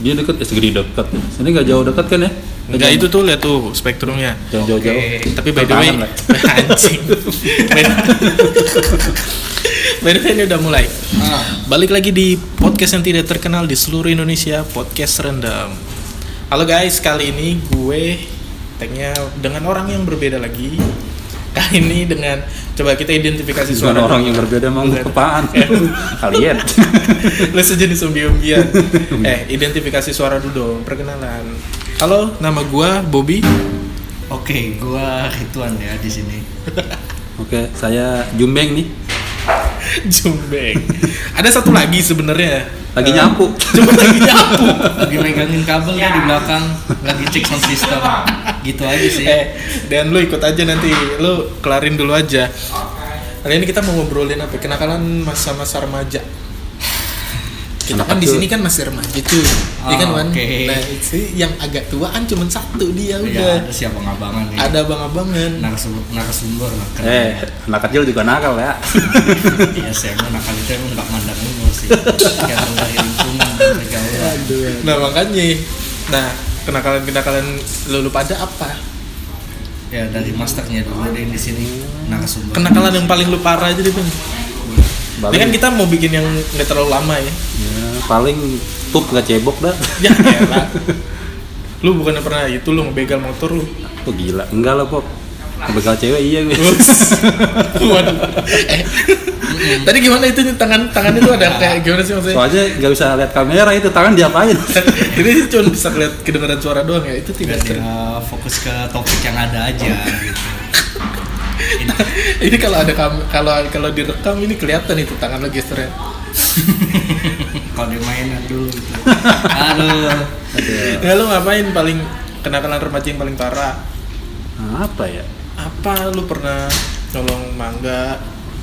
Dia dekat ya segede dekat. Sini nggak jauh dekat kan ya? Enggak, itu tuh lihat tuh spektrumnya. Jangan jauh-jauh. Tapi by the way, anjing. By the way ini udah mulai. Balik lagi di podcast yang tidak terkenal di seluruh Indonesia, Podcast Rendam. Halo guys, kali ini gue tagnya dengan orang yang berbeda lagi. Kali ini dengan, coba kita identifikasi suara. Bukan orang yang berbeda, emang kepaan. Kalian. Lu sejenis zombie-zombian. Identifikasi suara dulu dong, perkenalan. Halo, nama gua Bobby. Oke, gua Rituan ya di sini. Oke, saya Jumbeng nih. Jumbeng. Ada satu lagi sebenarnya. Lagi nyapu. Cuma lagi nyapu. Lagi megangin kabel ya di belakang, lagi cek sound system. Gitu aja sih. Dan lu ikut aja nanti, lu kelarin dulu aja. Kali ini kita mau ngobrolin apa? Kenakalan masa-masa remaja. Kita kan di sini kan masih remaja tuh, ya kan Wan? Okay. Nah itu yang agak tua kan cuma satu dia udah. Ada si abang-abangan nih. Ada abang-abangan. Narasumber. Anak kecil juga nakal ya. Iya, saya mah nakal itu emang nggak mandang umur sih. Tergantung dari lingkungan dan pergaulan. Nah makanya, kenakalan lu pada apa? Ya dari masternya dulu ada yang di sini narasumber. Kenakalan yang paling lu parah aja deh Bang. Ini kan kita mau bikin yang nggak terlalu lama ya. Ya, paling tup nggak cebok dah. Ya elah. Lu bukannya pernah itu lu ngebegal motor lu? Oh gila, enggak lah Pop. Ngebegal cewek iya gue. Waduh. Tadi gimana itu tangan itu ada kayak gimana sih maksudnya? Soalnya nggak bisa lihat kamera itu tangan diapain? Ini cuma bisa lihat kedengaran suara doang ya, itu tidak. Dia fokus ke topik yang ada aja gitu. Ini kalau ada kalau direkam ini kelihatan itu tangan lo gesternya. Kalau dia mainan dulu gitu. Aduh. Ya lu ngapain paling kenakalan remaja yang paling parah? Apa ya? Apa lu pernah nolong mangga?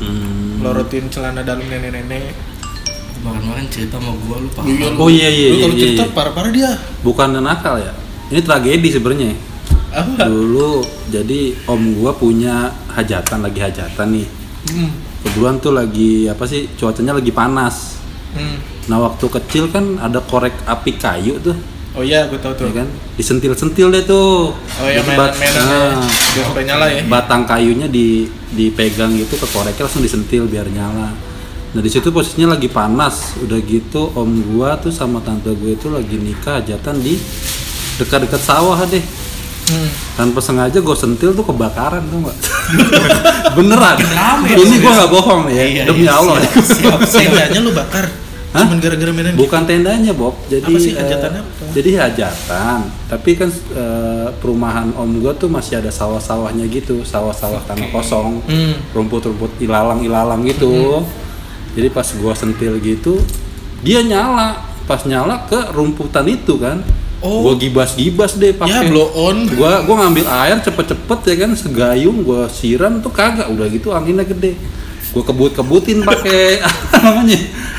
Lorotin celana dalam nenek-nenek? Kemarin cerita sama gua lu paham. Oh iya. Lu kalau cerita parah-parah dia. Bukan nakal ya. Ini tragedi sebenarnya. Apa? Dulu jadi om gua punya hajatan nih. Kebetulan tuh lagi cuacanya lagi panas. Nah waktu kecil kan ada korek api kayu tuh. Oh iya, gue tahu tuh. Ya kan? Disentil-sentil deh tuh. Oh iya, mainan-mainan biar sampai nyala ya. Batang kayunya dipegang gitu ke koreknya langsung disentil biar nyala. Nah di situ posisinya lagi panas. Udah gitu om gua tuh sama tante gue itu lagi nikah hajatan di dekat-dekat sawah deh. Tanpa sengaja gue sentil tuh kebakaran tuh nggak? Beneran. Ini gue nggak bohong ya, demi Allah. Tendanya lu bakar? Cuman gara-gara mainan? Bukan tendanya Bob. Jadi apa sih hajatannya apa? Jadi hajatan. Tapi kan perumahan om gue tuh masih ada sawah-sawahnya gitu, sawah-sawah tanah kosong, rumput-rumput ilalang gitu. Jadi pas gue sentil gitu, dia nyala. Pas nyala ke rumputan itu kan. Gue gibas deh pakai. Ya blow on. Gue ngambil air cepet-cepet ya kan, segayung gue siram tuh kagak. Udah gitu anginnya gede. Gue kebut-kebutin pakai namanya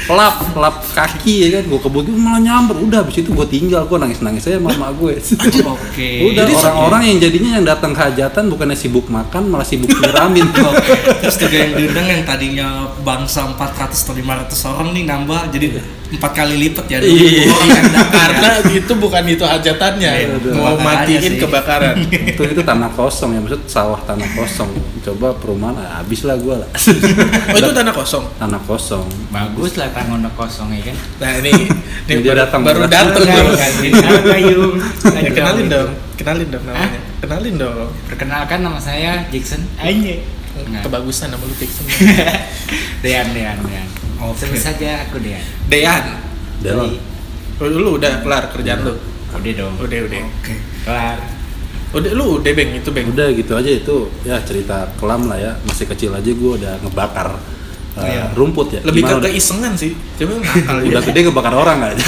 lap kaki ya kan. Gue kebutin malah nyamber. Udah habis itu gue tinggal. Gue nangis aja sama emak gue. Oke. Udah jadi orang-orang yang jadinya yang datang ke hajatan bukannya sibuk makan malah sibuk nyiramin. Terus juga yang diundang yang tadinya bangsa 400 atau 500 orang nih nambah jadi 4 kali lipat ya. Karena itu bukan itu hajatannya. Mau matiin kebakaran. Itu tanah kosong ya, maksud sawah tanah kosong. Coba perumahan habis lah gue lah. Oh itu tanah kosong. Tanah kosong. Bagus lah tangan kosong ya kan. Nah ini dia baru datang Kayu. Kenalin dong namanya. Kenalin dong. Perkenalkan nama saya Jackson. Kebagusan nama lu Jackson. Dean. Sebut saja aku Dean. Dean. Lu udah kelar kerjaan lu? Udah dong. Udah. Oke. Kelar. Udah lu Beng itu Beng. Udah gitu aja itu ya cerita kelam lah ya. Masih kecil aja gue udah ngebakar rumput ya. Lebih ke keisengan sih. Coba nakal ya. Udah gede ngebakar orang aja.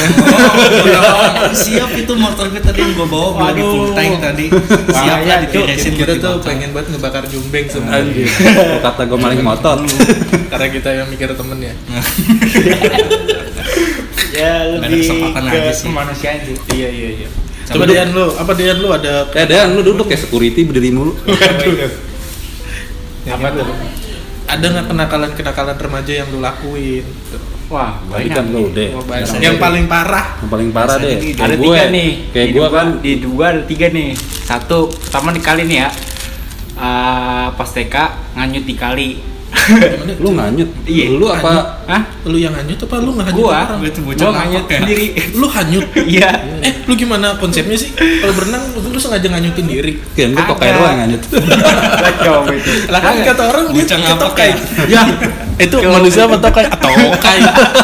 Siap itu motor gue tadi yang gue bawa lagi full tank tadi. Siap lah diberesin. Kita tuh pengen banget ngebakar Jumbeng sebenarnya. Kata gue maling motor. Karena kita yang mikir temen ya. Ya lebih ke kemanusiaan sih. Iya. Coba Dean lu ada Dean lu duduk ya security berdiri mulu. Apa tuh? Ada nggak kenakalan remaja yang lu lakuin? Wah, Tadi banyak. kan lu deh. Oh, banyak. Yang paling parah. Yang paling parah deh. Ada Gue, 3 nih. kayak Di gue dua- kan di 2 ada 3 nih. Satu, pertama di kali nih ya. Pas TK nganyut di kali. Gimana? lu nganyut. Iya. Lu apa? Hah? Lu yang hanyut apa lu nggak hanyut Gua, orang? Itu bocah gua nganyut ngapok ya? sendiri. Lu hanyut. Iya. Lu gimana konsepnya sih? Kalau berenang lu sengaja nganyutin diri. Kirain gue tokai Agak. doang yang nganyut. Kacau itu. Lah kan kata orang dia Bocah ngapok tokai. ya? Ya, itu manusia apa tokai? Tokai.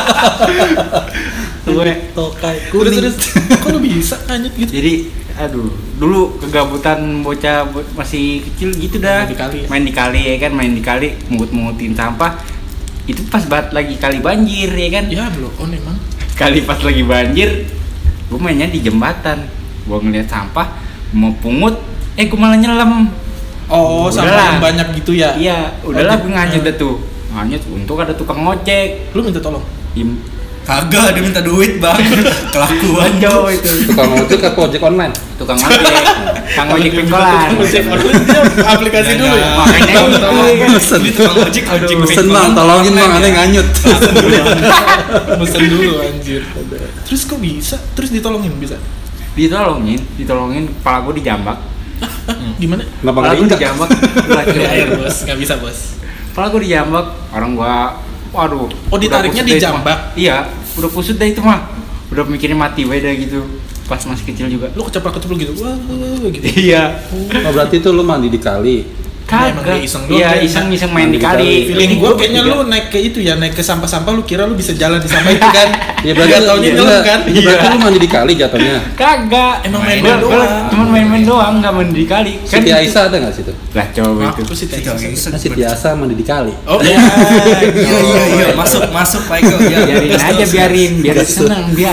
Tokai. Terus kok lu bisa hanyut gitu? Jadi aduh, dulu kegabutan bocah masih kecil gitu dah. Main di kali ya? Main di kali ya kan, main di kali mungut-mungutin sampah. Itu pas banget lagi kali banjir ya kan. Ya blok on emang. Kali pas lagi banjir, gue mainnya di jembatan. Gue ngeliat sampah, mau pungut, gue malah nyelam. Oh, Udahlah. sampah yang banyak gitu ya? Iya, udahlah Oh, gue nganyut dah tuh. Nganyut, untung ada tukang ngojek. Lu minta tolong. Kagak, dia minta duit bang. Kelakuan Jauh itu. Tukang ojek apa ojek online? Tukang ngojek, tukang ojek pengkolan. Ojek online dia aplikasi dulu ya. Makanya itu kan. Ini tukang ojek ojek Senang, tolongin bang, aneh nganyut. Mesen dulu anjir. Terus kok bisa? Terus ditolongin bisa? Ditolongin, kepala gue dijambak. Gimana? Kenapa Kepala nggak gue diinjak? dijambak. Di air bos, nggak bisa bos. Kepala gue dijambak, orang gua, waduh. Oh, ditariknya udah kusut dah itu dijambak? mah. Iya, udah kusut dah itu mah. Udah mikirin mati dah gitu. Pas masih kecil juga. Lu keceprak-keceprak gitu. Wah, gitu. Iya. Oh berarti itu lu mandi di kali. Emang dia Kagak. iseng doang, Iya, dia. iseng main di Mandi di kali. kali. Feeling Ini gue gua kayaknya bertiga. lu naik ke itu ya, naik ke sampah-sampah lu kira lu bisa jalan di sampah itu kan? Ya berarti Nggak taunya iya, nyelam kan? iya, berarti lu mandi di kali jatuhnya. Kagak. Emang Gua- main-main gua doang. Cuman main-main doang, enggak main di kali. Siti Aisyah ada nggak situ? Lah coba itu. Aku sih Tidak tadi. iseng. Kan Siti Aisyah mandi di kali. Oh, Iya, masuk Pak Eko. Ya, Biarin terus, aja, terus. biar seneng, biar.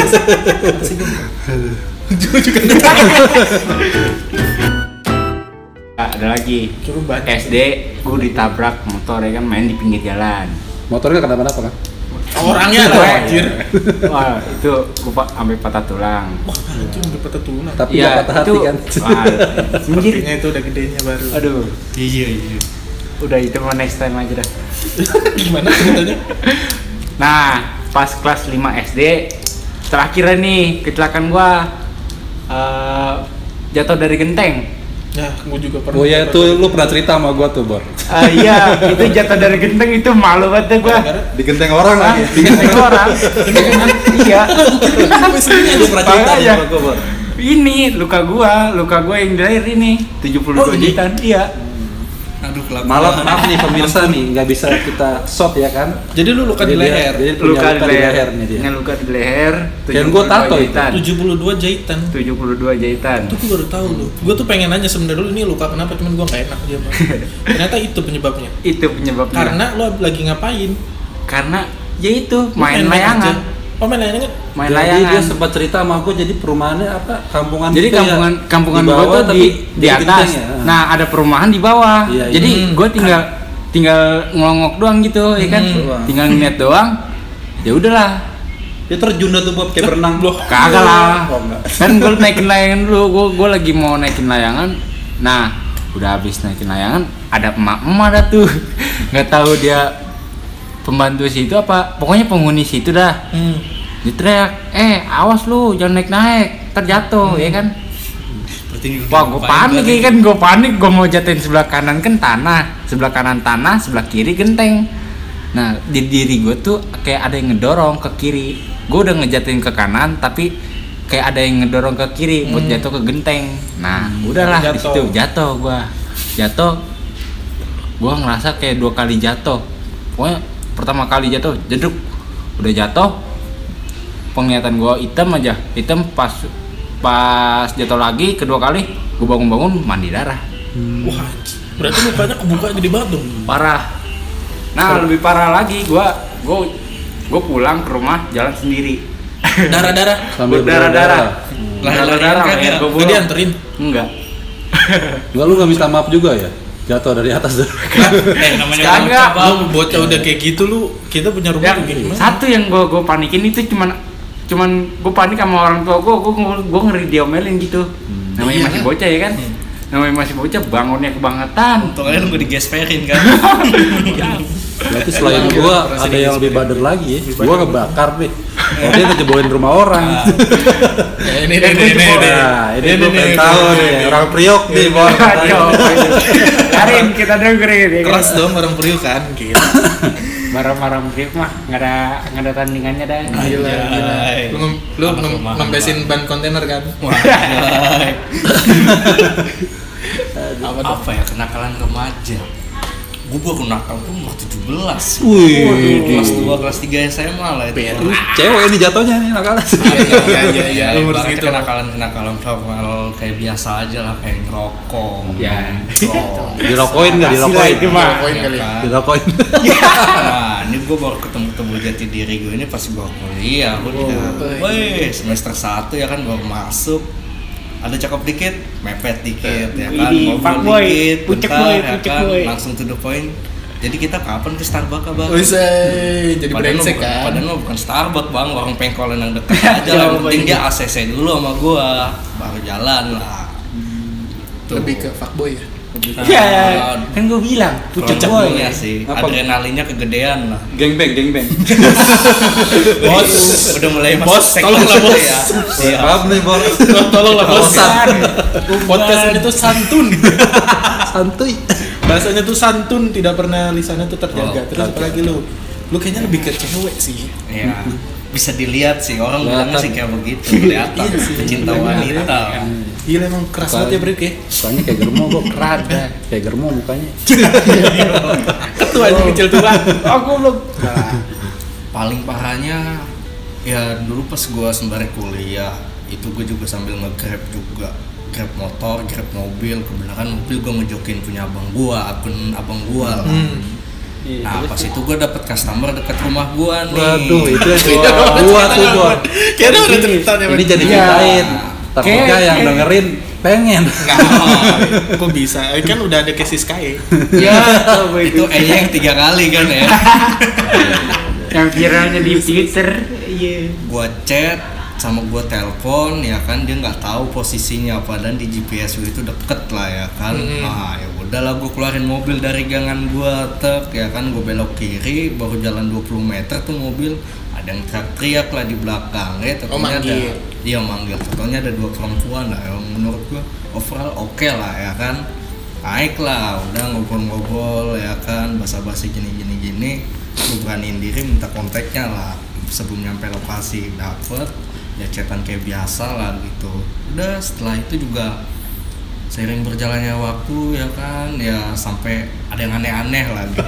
Ada lagi. Coba banyak. SD, gue ditabrak motor ya kan, main di pinggir jalan. Motornya kenapa-napa kan? Orangnya lah anjir. Wah, itu gue sampai patah tulang. Wah, anjir udah patah tulang. Tapi Iya, nggak patah hati kan? Wah, anjir. Hatinya itu udah gedenya baru. Aduh, Iya. udah itu mah next time aja dah. Gimana ceritanya? Nah, pas kelas 5 SD, terakhir nih kecelakaan gua jatuh dari genteng. Ya, gue juga pernah. Oh ya itu lu pernah cerita sama gua tuh Bor. Iya, itu jatuh dari genteng itu malu banget gua. Di genteng orang Ah, lagi. di genteng orang. Iya. Lu pernah cerita Makanya. sama gua Bor. Ini luka gua yang di leher ini 72 Oh, ini? jahitan. Iya. Aduh kelakuan. Maaf nih pemirsa nih, nggak bisa kita shot ya kan? Jadi lu luka di Jadi dia- leher. Jadi punya Luka di leher. lehernya dia. Punya luka di leher. Dan gua 72 tato itu. jahitan. 72 jahitan. 72 jahitan. Itu gue baru tahu loh. Gue tuh pengen nanya sebenarnya lu ini luka kenapa, cuman gue nggak enak aja bang. Ternyata itu penyebabnya. Itu penyebabnya. Karena lu lagi ngapain? Karena ya itu Lu main main-main layangan. aja. Oh main layangan? Main Jadi layangan. dia sempat cerita sama gua jadi perumahannya apa? Kampungan Jadi gitu ya. kampungan Di gua bawah, tuh tapi di atas. genteng ya. Nah, ada perumahan di bawah. Iya, iya. Jadi gua tinggal ngelongok doang gitu, ya kan? Doang. Tinggal ngeliat doang. Ya udahlah. dia terjun dah tuh Bob kayak berenang. Loh, Kagak lah. Oh, enggak. Kan gua naikin layangan dulu. Gua lagi mau naikin layangan. Nah, udah habis naikin layangan, ada emak-emak dah tuh. Nggak tahu dia pembantu situ apa. Pokoknya penghuni situ dah. Dia teriak, awas lu jangan naik-naik, terjatuh, ya kan? Berarti ini Wah, gue panik ya kan, gue mau jatuhin sebelah kanan kan tanah, sebelah kanan tanah, sebelah kiri genteng. Nah, di diri gue tuh kayak ada yang ngedorong ke kiri. Gue udah ngejatuhin ke kanan, tapi kayak ada yang ngedorong ke kiri buat jatuh ke genteng. Nah, udahlah di situ jatuh gue. Gue ngerasa kayak 2 kali jatuh. Pokoknya pertama kali jatuh, jeduk, udah jatuh. Penglihatan gue hitam pas jatuh lagi kedua kali gue bangun mandi darah. Wah, berarti lukanya kebuka gede banget dong. Parah. Nah, lebih parah lagi gue pulang ke rumah jalan sendiri. Darah-darah. Sambil Darah-darah. Lari-larian kan ya? Gua Gak pulang. dianterin. Enggak. Enggak, lu nggak minta maaf juga ya? Jatuh dari atas tuh. Namanya Kagak. Lu bocah udah kayak gitu lu, kita punya rumah Yang tuh gimana? satu yang gue panikin itu cuman gue panik sama orang tua gue ngeri diomelin gitu. Namanya Iya, masih kan? bocah ya kan. namanya masih bocah bangunnya kebangetan. Untung aja lu gak digesperin kan. Berarti selain gua ada yang lebih bader lagi ya. Gua ngebakar deh. Dia ngejeboin rumah orang. Ini Nah, ini gua pengen tahu nih, orang Priok nih, Bos. Karin kita dengerin ya. keras dong orang Priok kan gitu. Barang-barang Priok mah nggak ada tandingannya dah. Gila. Lu ngembesin ban kontainer kan? Apa ya kenakalan remaja? Gue baru nakal tuh umur 17. Wih, Kelas 2, kelas 3 SMA lah itu. cewek ini jatuhnya nih nakalnya. Iya. Umur Umur segitu segitu. kenakalan formal kayak biasa aja lah, kayak ngerokok. Ya. Dirokoin nggak? Dirokoin. Itu mah. Poin kali. Dirokoin. Nah, ini gue baru ketemu jati diri gue ini pas gue kuliah. Wih, semester 1 ya kan baru masuk. Ada cakep dikit, mepet dikit ya kan, Ini, ngobrol fuckboy, dikit, pucek bentar boy, ya pucek kan, boy. langsung to the point. Jadi kita kapan ke Starbucks Bang? Jadi brengsek kan. Padahal bukan Starbucks Bang, warung pengkolan yang dekat aja lah. Yang penting dia ACC dulu sama gua, baru jalan lah. Lebih ke fuckboy ya. Ya, kan gue bilang pucuk boy. ya sih, Apa? adrenalinnya kegedean lah. Gengbeng. Bos, udah mulai masuk Bos, sektor tolonglah, itu Bos. ya. Siap. Maaf nih, Bos. Tolonglah bos. Kawasan. Podcast ini tuh santun. Santuy. Bahasanya tuh santun, tidak pernah lisannya tuh terjaga. Oh, Terus apalagi lu kayaknya lebih ke cewek sih. Iya. Bisa dilihat sih, orang bilangnya sih kayak begitu, kelihatan Iya sih. pecinta wanita. Gila emang keras banget ya Brik ya. Mukanya kayak germo, Bos. Rada. Kayak germo mukanya. Ketua aja kecil tua. Aku belum. Paling parahnya ya dulu pas gua sembari kuliah itu gue juga sambil nge-grab juga, grab motor, grab mobil. Kebenaran mobil gua ngejokin punya abang gua, akun abang gua lah. Nah pas itu gua dapet customer dekat rumah gua nih. Waduh, itu yang gua tuh, Bos. Kayaknya udah cerita ya. Ini jadi Iya. ceritain. Takutnya Kayak- yang dengerin pengen. Nggak, kok bisa? Kan udah ada case Sky. Ya, Itu yang 3 kali kan ya. yang viralnya di Twitter. Iya. Gua chat sama gua telepon ya kan, dia nggak tahu posisinya, padahal di GPS gua itu deket lah ya kan. Nah ya udahlah, gua keluarin mobil dari gangan gua, ya kan, gua belok kiri, baru jalan 20 meter tuh mobil ada yang teriak lah di belakang ya, tentunya ada, manggil. dia manggil, tentunya ada 2 perempuan lah yang menurut gua overall oke lah ya kan. Naik lah, udah ngobrol-ngobrol ya kan, basa-basi gini, gue beraniin diri minta kontaknya lah sebelum nyampe lokasi, dapet ya chatan kayak biasa lah gitu. Udah setelah itu juga seiring berjalannya waktu ya kan, ya sampai ada yang aneh-aneh lah gitu.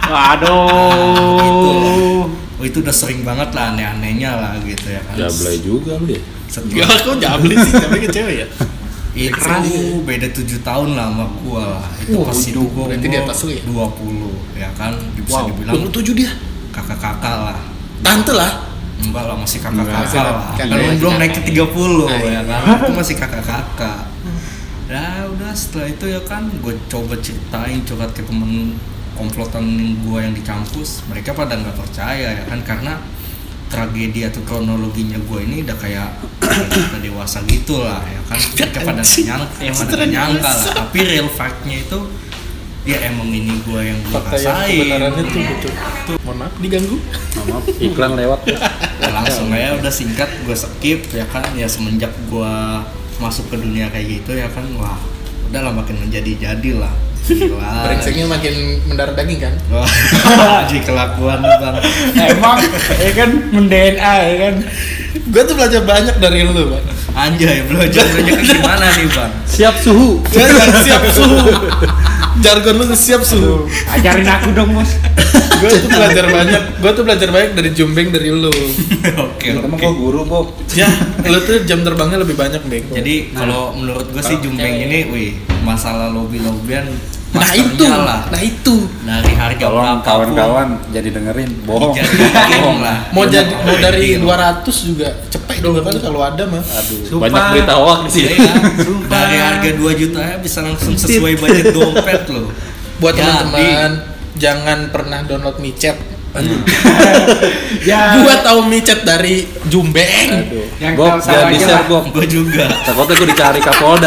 Gitu. Waduh. Oh itu udah sering banget lah aneh-anehnya lah gitu ya kan. Jablay juga lu ya. Ya Setelah kok jabli sih, jabli ke cewek ya. itu beda 7 tahun lah sama gua lah. Itu pas itu gua berarti di atas lu ya? 20 ya kan, bisa dibilang Umur 7 dia. kakak-kakak lah. Tante lah. Enggak lah, masih kakak-kakak lah. Kan Kan masih belum naik ke 30 Nah, ya iya. kan. Itu masih kakak-kakak. Nah, udah setelah itu ya kan gue coba ceritain, curhat ke temen komplotan gue yang di kampus. Mereka pada nggak percaya ya kan, karena tragedi atau kronologinya gue ini udah kayak udah dewasa gitu lah ya kan. Mereka pada nggak nyangka lah. Tapi real fact-nya itu ya emang ini gue yang gue Fakta yang rasain. kebenarannya tuh betul. Mohon maaf diganggu. Maaf, iklan lewat. Ya, langsung aja udah singkat gue skip ya kan. Ya semenjak gue masuk ke dunia kayak gitu ya kan, wah udahlah makin menjadi-jadi lah. Gila. Brengseknya makin mendarah daging kan. Wah, jadi kelakuan bang. Emang ya kan mendna ya kan. Gue tuh belajar banyak dari lu, Bang. Anjay, belajar gimana nih bang? Siap suhu. Siap suhu. Jargon lu tuh siap suhu. Ajarin aku dong, Bos. Gue tuh belajar banyak dari Jumbeng dari lu. Oke Kita mah oke. kok guru, Bob. Ya, lu tuh jam terbangnya lebih banyak, Beng. Jadi kalau menurut gue sih Jumbeng ini, wih masalah lobby-lobbyan nah itu, masternya lah. nah itu. Dari harga Tolong berapa kawan-kawan jadi dengerin. Bohong. Dijadiin lah. Mau jadi mau dari Dijadiin. 200 juga cepet juga kan kalau ada mah. Aduh, Sumpah. banyak berita hoax di sini. Iya, dari harga 2 juta ya bisa langsung sesuai budget dompet loh. Buat Jadi. teman-teman, jangan pernah download micet Ya. Gua tahu micet dari Jumbeng. Aduh. Yang Bob, tahu jangan aja di-share lah. Bob. Gue juga. Takutnya gue dicari Kapolda.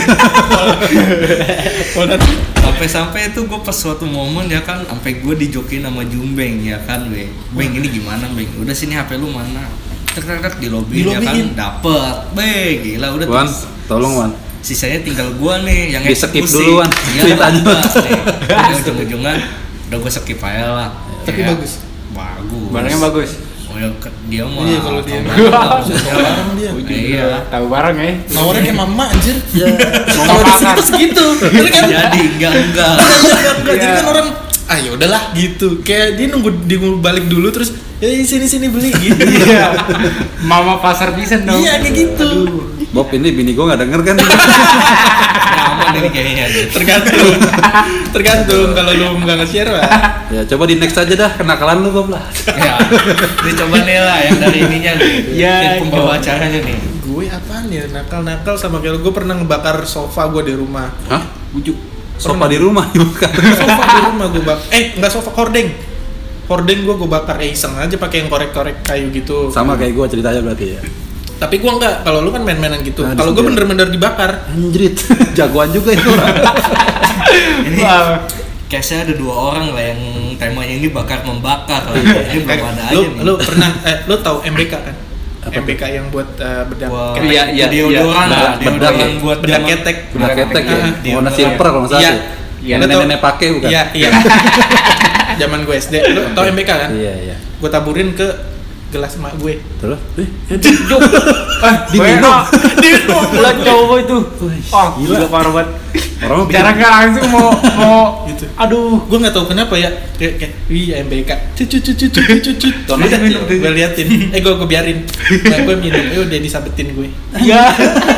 Sampai-sampai itu gue pas suatu momen ya kan, sampai gue dijokin sama Jumbeng ya kan, Beng ini gimana Beng? Udah sini HP lu mana? Tek di lobby ya kan, dapet, gila udah. Wan, terus tolong Wan. sisanya tinggal gue nih yang Di-skip eksekusi. duluan. Iya, Ceritanya. nih. Ujung-ujungan udah gue skip aja lah. Tapi Ya, bagus. Bagus. Barangnya bagus. Oh ya, dia mah. Iya, kalau dia. Barang dia. Iya. Tahu bareng ya. Nawarnya kayak mama anjir. Mau Kalau di makan. segitu segitu. Bener kan? Jadi enggak. Jadi kan orang ya udahlah gitu. Kayak dia nunggu balik dulu terus sini beli gitu. Iya. Mama pasar bisa dong. Iya kayak gitu. Bob, ini bini gue gak denger kan? Aman ini kayaknya. Tergantung kalau lu nggak nge-share lah. Ya coba di next aja dah, kenakalan lu Bob lah. Ya. Ini coba nih lah yang dari ininya nih. Ya, Yang pembawa acaranya nih. Gue apaan ya nakal sama kayak gue pernah ngebakar sofa gue di rumah. Hah? Bujuk. Sofa di rumah bukan? Sofa di rumah gue bakar. Nggak sofa, hordeng gue bakar. Iseng aja pakai yang korek-korek kayu gitu. Sama kayak gue ceritanya berarti ya. Tapi gue enggak, kalau lu kan main-mainan gitu. Nah, Kalau gue disini. bener-bener dibakar. Anjrit, jagoan juga itu orang. Ini Wah. case-nya ada 2 orang lah yang temanya ini bakar membakar lah. Ini belum ada aja nih. Lu pernah lu tahu MBK kan? Apa MBK yang buat bedak Wah, ketek. iya, deodoran lah, Bedak deodoran ya? buat Bedak zaman- ketek. Bedak ketek ya, Dia warna bener. silver kalau nggak salah. Iya. tuh. Iya, Yang lu tau- nenek-nenek pakai bukan? Iya. Zaman gue SD, lu tau MBK kan? Iya. Gue taburin ke gelas emak gue. Terus? Diminum. Lah cowok itu. Oh, gila parah banget. Orang Cara nggak langsung mau Gitu. aduh. Gue nggak tahu kenapa ya. Kayak iya MBK. Cut. Tolong Udah, minum. gue liatin. Gue biarin. Nah, gue minum. Udah disabetin gue. Iya.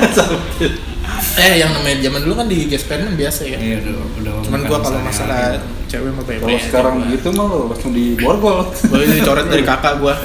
Yang namanya zaman dulu kan di gespen kan biasa ya. Iya, udah. Cuman makan gua kalau sehari-hari. masalah cewek mah bebek. Kalau sekarang gitu mah lo langsung diborgol. Gua ini dicoret dari kakak gua.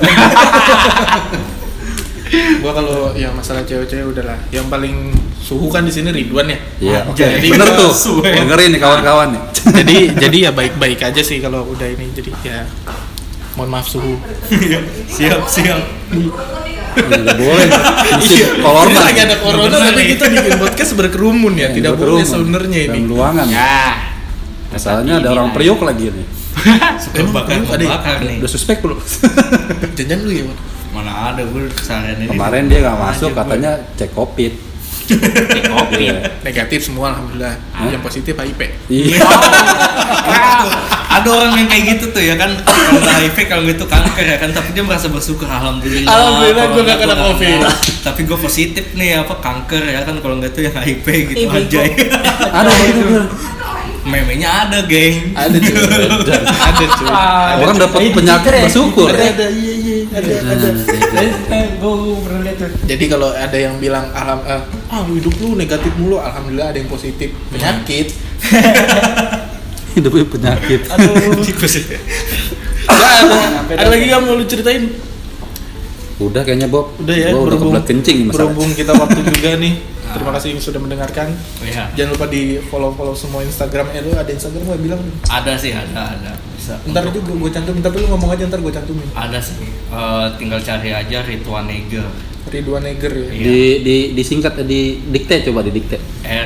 Gua kalau yang masalah cewek-cewek udahlah. Yang paling suhu kan di sini Ridwan ya. Iya, oke. Jadi Bener gua tuh. suwe. Dengerin nih kawan-kawan nih. jadi ya baik-baik aja sih kalau udah ini. Jadi ya mohon maaf suhu. Siap. Nggak boleh. Musim corona. Ini lagi ada corona tapi kita bikin podcast berkerumun ya. Tidak boleh sebenarnya ini. Dalam ruangan. Ya. Masalahnya ada orang priok lagi nih. Suka bakar ada ya? membakar nih. Udah suspek belum? Jangan lu ya, Wan. Mana ada gue keseharian ini. Kemarin dia nggak masuk, Aja gue. katanya cek covid. Kopi. Iya. Negatif semua alhamdulillah. Yang positif HIV. Iya. Ada orang yang kayak gitu tuh ya kan, kalau nggak HIV kalau gitu kanker ya kan, tapi dia merasa bersyukur alhamdulillah. Alhamdulillah kalau gua nggak kena gua COVID. kena. Tapi gue positif nih apa kanker ya kan, kalau nggak tuh yang HIV gitu aja. Ada itu. Memenya ada geng. Ada cuy. Ada cuy. Orang dapat penyakit bersyukur. Ada iya. Ada. Gue pernah lihat tuh. Jadi kalau ada yang bilang hidup lu negatif mulu, alhamdulillah ada yang positif penyakit. Hidupnya penyakit. Ada lagi yang mau lu ceritain? Udah kayaknya Bob. Udah ya, Gua udah kebelet kencing masalah. berhubung kita waktu juga nih. Terima kasih yang sudah mendengarkan. Iya. Jangan lupa di follow semua Instagram. Lu ada Instagram gue bilang. Ada sih, ada. Bisa. Ntar juga gue cantumin. Tapi lu ngomong aja ntar gue cantumin. Ada sih. Tinggal cari aja Ridwan Neger. Ridwan Neger ya. Iya. Disingkat di dikte coba di dikte.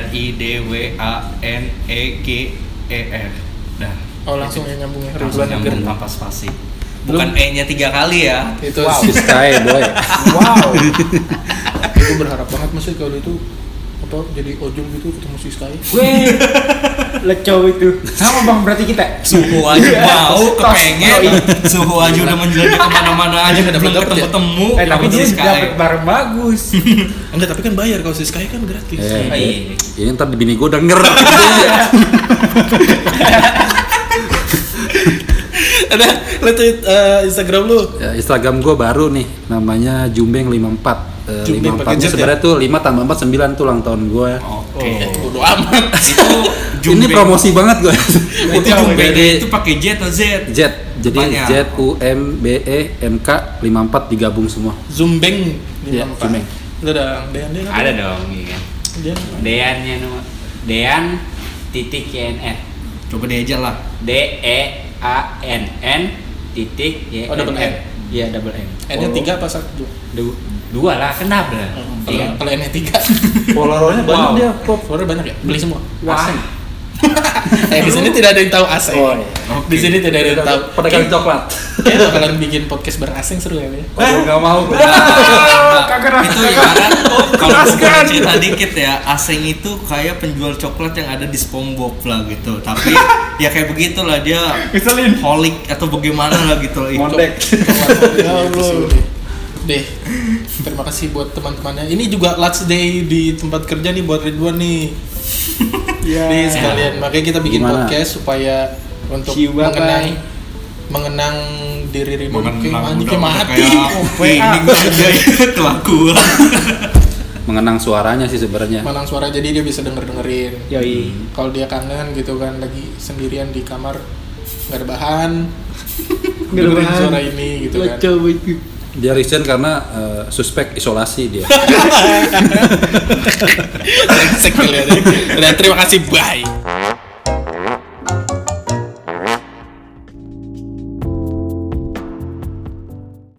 RIDWANEGER. Dah. Oh langsung yang nyambungnya Langsung Ridwan Neger. nyambung tanpa spasi. Bukan E-nya 3 kali ya. Itu Si Sky boy. Wow. Gue berharap banget masih kalau itu apa jadi ojol gitu ketemu si Sky. Weh. Lecau itu. Sama Bang berarti kita. Suhu aja mau kepengen. Suhu aja udah menjelajah kemana-mana aja Nggak belum dapet ya? ketemu. Tapi dia Sky. dapat barang bagus. Enggak, tapi kan bayar kalau si Sky kan gratis. Iya. Ini ntar di bini gue denger. Ada lihat Instagram lu. Ya, Instagram gue baru nih, namanya Jumbeng54. Jumbeng 54 pakai nya Z sebenarnya tuh 5 tambah 4 9 tuh ulang tahun gue. Oke. Bodo amat. Itu Ini promosi banget gue. Itu Jumbeng itu pakai J atau Z? Z, jadi Depannya. ZUMBENK 54 digabung semua. Zumbeng Iya, 54. Zumbeng. Itu ada Dean apa? Ada dong, iya. Dean. Deannya nomor Dean titik YNR. Coba dia aja lah. DEANN titik ya. Oh, double N. Iya, double N. N-nya 3 apa 1? Dua lah, kenapa lah? Kalau N-nya 3. Followernya banyak dia kok. Follower banyak ya? Beli semua. Wah. Di sini tidak ada yang tahu AC. Oh, iya. Di sini tidak ada yang tahu. Pedagang coklat. Kayak bakalan bikin podcast berasing seru ya. Enggak mau. Itu ya kan kalau gue cerita dikit ya, asing itu kayak penjual coklat yang ada di SpongeBob lah gitu, tapi ya kayak begitulah dia holik atau bagaimana lah gitu. Mondek. Ya Allah. Deh, terima kasih buat teman-temannya. Ini juga last day di tempat kerja nih buat Ridwan nih. Nih sekalian, makanya kita bikin Gimana? podcast supaya untuk Ciwa, mengenang diri Ridwan. Mengenang Kayak mati. ini gue ada kelakuan. Mengenang suaranya sih sebenarnya. Menang suara jadi dia bisa dengerin. Yoi. Kalau dia kangen gitu kan lagi sendirian di kamar nggak ada bahan, Nggak ada dengerin bahan. suara ini gitu kan. Dia resign karena suspek isolasi dia. Brengsek kalian. Dan terima kasih, bye.